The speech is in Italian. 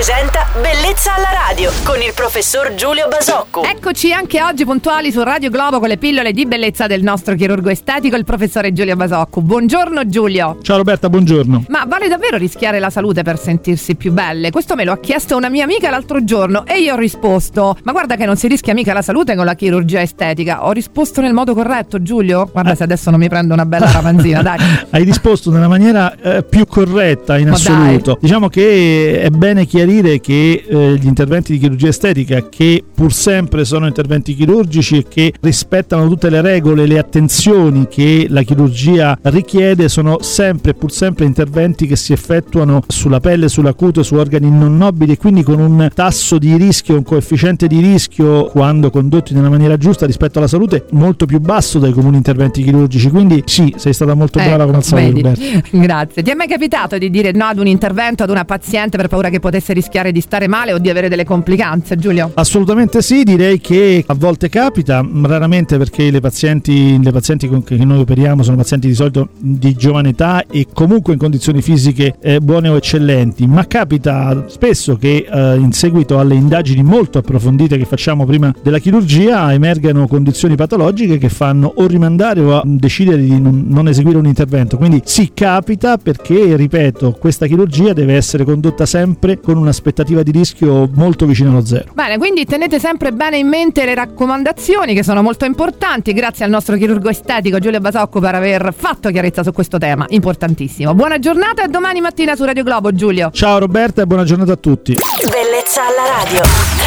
presenta Bellezza alla radio con il professor Giulio Basocco. Eccoci anche oggi puntuali su Radio Globo con le pillole di bellezza del nostro chirurgo estetico, il professore Giulio Basocco. Buongiorno Giulio. Ciao Roberta, buongiorno. Ma vale davvero rischiare la salute per sentirsi più belle? Questo me lo ha chiesto una mia amica l'altro giorno e io ho risposto: ma guarda che non si rischia mica la salute con la chirurgia estetica. Ho risposto nel modo corretto, Giulio? Guarda se adesso non mi prendo una bella ramanzina, dai. Hai risposto nella maniera più corretta in assoluto. Diciamo che è bene chiarire che gli interventi di chirurgia estetica, che pur sempre sono interventi chirurgici e che rispettano tutte le regole e le attenzioni che la chirurgia richiede, sono sempre, pur sempre, interventi che si effettuano sulla pelle, sulla cute, su organi non nobili, e quindi con un tasso di rischio, un coefficiente di rischio, quando condotti nella maniera giusta rispetto alla salute, molto più basso dai comuni interventi chirurgici. Quindi sì, sei stata molto brava come al solito, Roberta. Grazie. Ti è mai capitato di dire no ad un intervento, ad una paziente, per paura che potesse rischiare di stare male o di avere delle complicanze, Giulio? Assolutamente sì, direi che a volte capita, raramente, perché le pazienti con che noi operiamo sono pazienti di solito di giovane età e comunque in condizioni fisiche buone o eccellenti, ma capita spesso che in seguito alle indagini molto approfondite che facciamo prima della chirurgia emergano condizioni patologiche che fanno o rimandare o a decidere di non eseguire un intervento. Quindi sì, capita, perché, ripeto, questa chirurgia deve essere condotta sempre con un'aspettativa di rischio molto vicino allo zero. Bene, quindi tenete sempre bene in mente le raccomandazioni, che sono molto importanti. Grazie al nostro chirurgo estetico Giulio Basocco per aver fatto chiarezza su questo tema importantissimo. Buona giornata e domani mattina su Radio Globo, Giulio. Ciao Roberta e buona giornata a tutti. Bellezza alla radio.